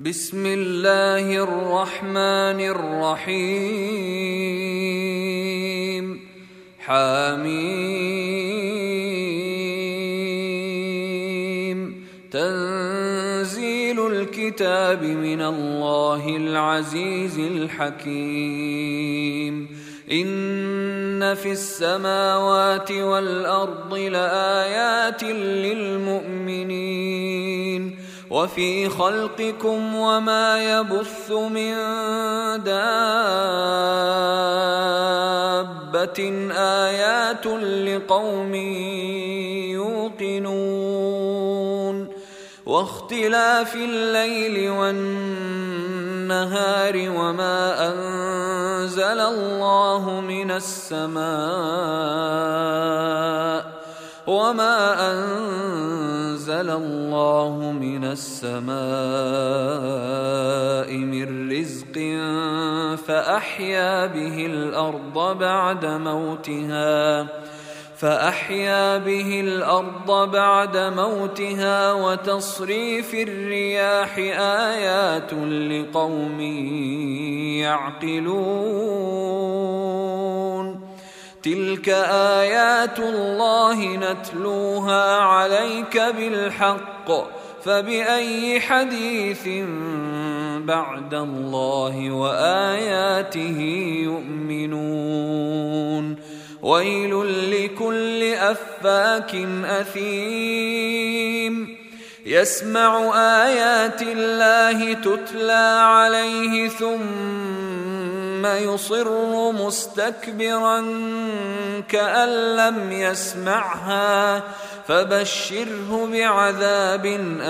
بسم الله الرحمن الرحيم حميم تنزيل الكتاب من الله العزيز الحكيم إن في السماوات والأرض لآيات للمؤمنين وفي خلقكم وما يبث من دابة آيات لقوم يوقنون واختلاف الليل والنهار وما أنزل الله من السماء من رزق فأحيا به الأرض بعد موتها وتصريف الرياح آيات لقوم يعقلون تلك آيات الله نتلوها عليك بالحق فبأي حديث بعد الله وآياته يؤمنون ويل لكل أفاك أثيم يسمع آيات الله تتلى عليه ثم يصر مستكبرا كأن لم يسمعها فبشره بعذاب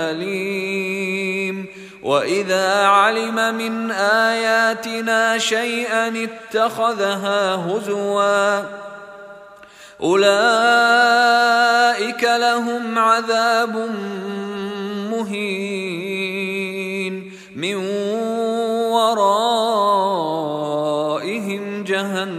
أليم وإذا علم من آياتنا شيئا اتخذها هزوا أولئك لهم عذاب مهين من ورائهم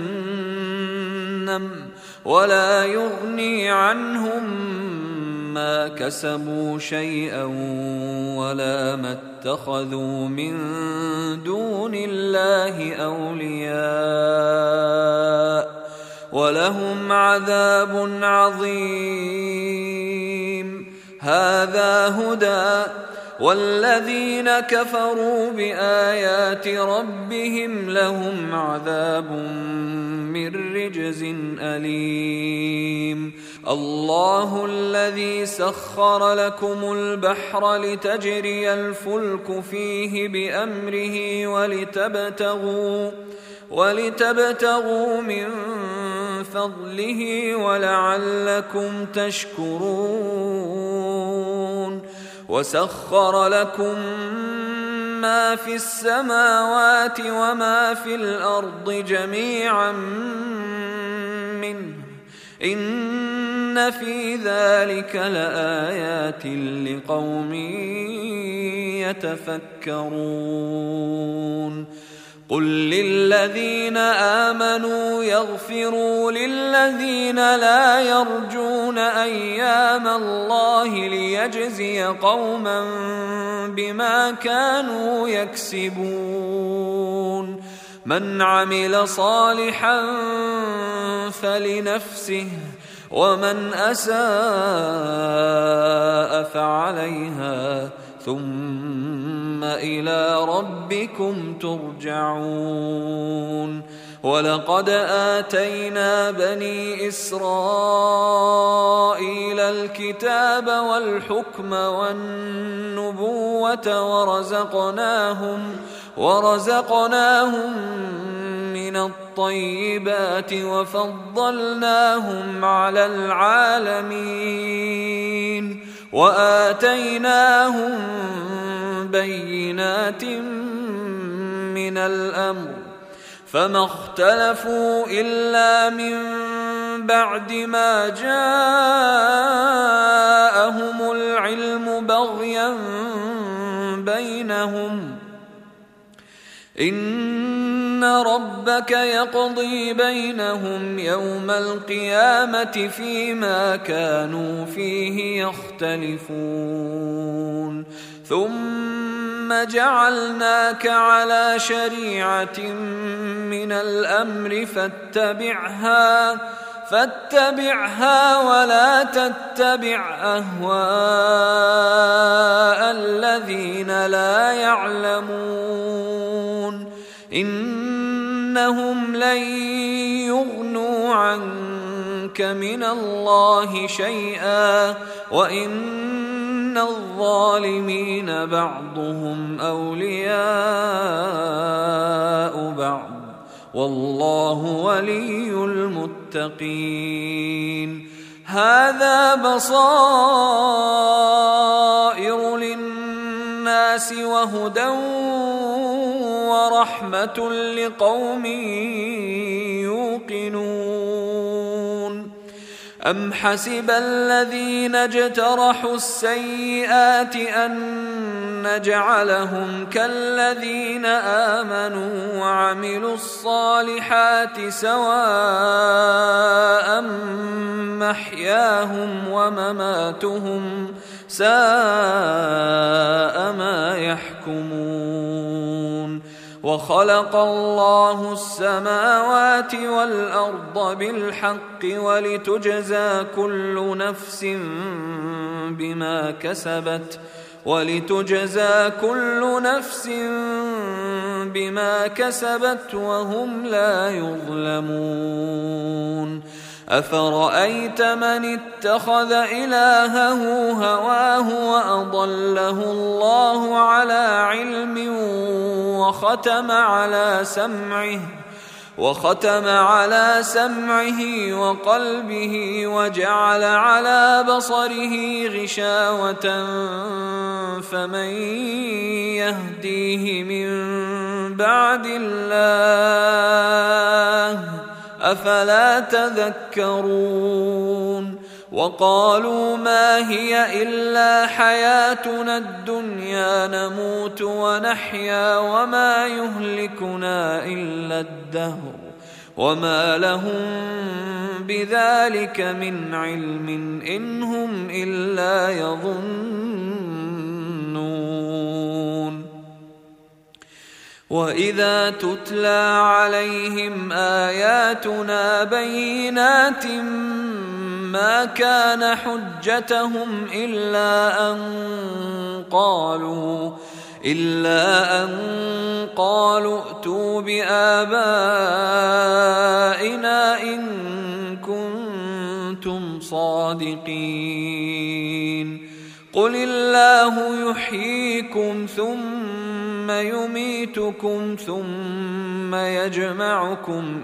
جهنم ولا يغني عنهم ما كسبوا شيئا ولا ما اتخذوا من دون الله أولياء ولهم عذاب عظيم هذا هدى والذين كفروا بآيات ربهم لهم عذاب من رجز أليم الله الذي سخر لكم البحر لتجري الفلك فيه بأمره ولتبتغوا من فضله ولعلكم تشكرون وسخر لكم ما في السماوات وما في الأرض جميعا منه إن في ذلك لآيات لقوم يتفكرون قل للذين آمنوا يغفروا للذين لا يرجون أيام الله ليجزي قوما بما كانوا يكسبون من عمل صالحا فلنفسه ومن أساء فعليها ثم إلى ربكم ترجعون ولقد آتينا بني إسرائيل الكتاب والحكم والنبوة ورزقناهم من الطيبات وفضلناهم على العالمين وآتيناهم بينات من الأمر فما اختلفوا إلا من بعد ما جاءهم العلم بغيا بينهم إن ربك يقضي بينهم يوم القيامة فيما كانوا فيه يختلفون ثم جعلناك على شريعة من الأمر فاتبعها ولا تتبع أهواء الذين لا يعلمون إنهم لن يغنوا عنك من الله شيئا وإن الظالمين بعضهم أولياء بعض والله ولي المتقين هذا بصائر للناس وهدى ورحمة لقوم يوقنون أم حسب الذين اجترحوا السيئات أن نجعلهم كالذين آمنوا وعملوا الصالحات سواء محياهم ومماتهم ساء ما يحكمون وخلق الله السماوات والأرض بالحق ولتجزى كل نفس بما كسبت وهم لا يظلمون أفرأيت من اتخذ إلهه هواه وأضله الله على علم وختم على سمعه وقلبه وجعل على بصره غشاوة فمن يهديه من بعد الله أفلا تذكرون وقالوا ما هي إلا حياتنا الدنيا نموت ونحيا وما يهلكنا إلا الدهر وما لهم بذلك من علم إن هم إلا يظنون وإذا تتلى عليهم آياتنا بينات ما كان حجتهم إلا أن قالوا ائتوا بآبائنا إن كنتم صادقين قل الله يحييكم ثم يميتكم ثم يجمعكم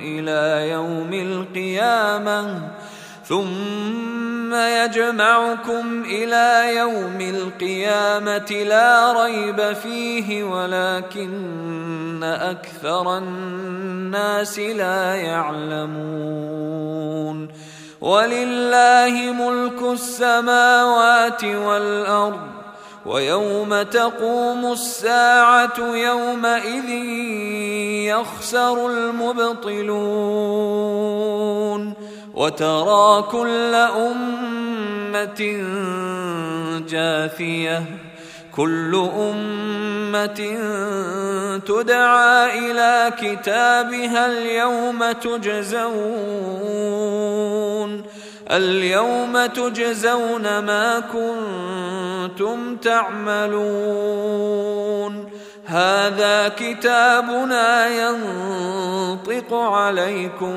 إلى يوم القيامة لا ريب فيه ولكن أكثر الناس لا يعلمون ولله ملك السماوات والأرض ويوم تقوم الساعة يومئذ يخسر المبطلون وترى كل أمة جاثية كل أمة تدعى إلى كتابها اليوم تجزون ما كنتم تعملون هذا كتابنا ينطق عليكم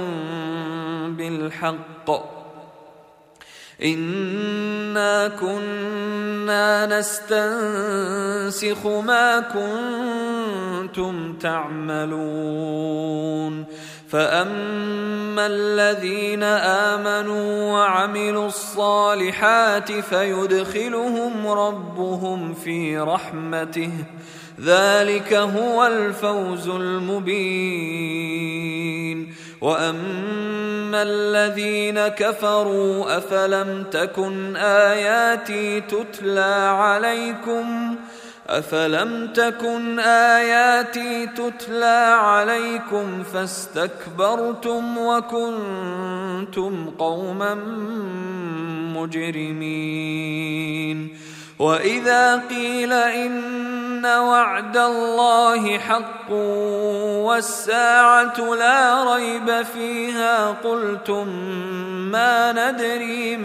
بالحق إنا كنا نستنسخ ما كنتم تعملون فأما الذين آمنوا وعملوا الصالحات فيدخلهم ربهم في رحمته ذلك هو الفوز المبين وأما الذين كفروا أفلم تكن آياتي تتلى عليكم فاستكبرتم وكنتم قوما مجرمين وإذا قيل إن وعد الله حق والساعة لا ريب فيها قلتم ما ندري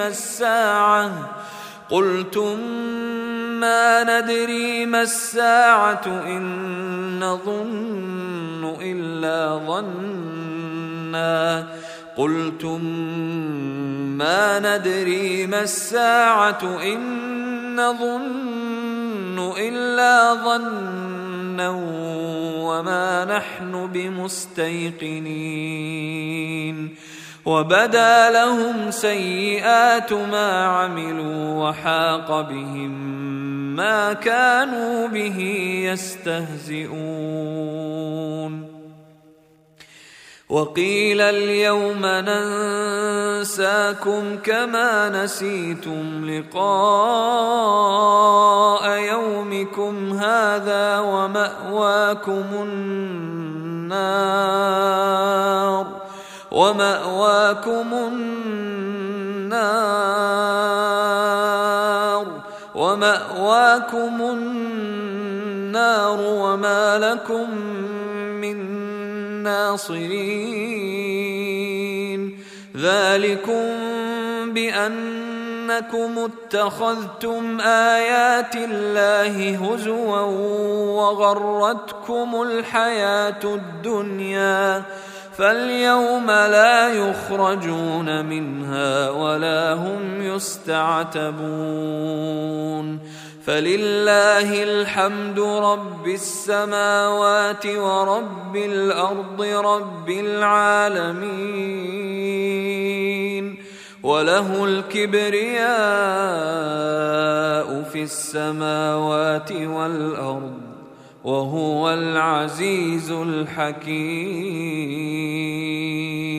ما الساعة إن نظن إلا ظنا وما نحن بمستيقنين وبدا لهم سيئات ما عملوا وحاق بهم ما كانوا به يستهزئون وقيل اليوم ننساكم كما نسيتم لقاء يومكم هذا ومأواكم النار وما لكم من ناصرين ذلكم بأنكم اتخذتم آيات الله هزوا وغرتكم الحياة الدنيا فاليوم لا يخرجون منها ولا هم يستعتبون فلله الحمد رب السماوات ورب الأرض رب العالمين وله الكبرياء في السماوات والأرض وهو العزيز الحكيم.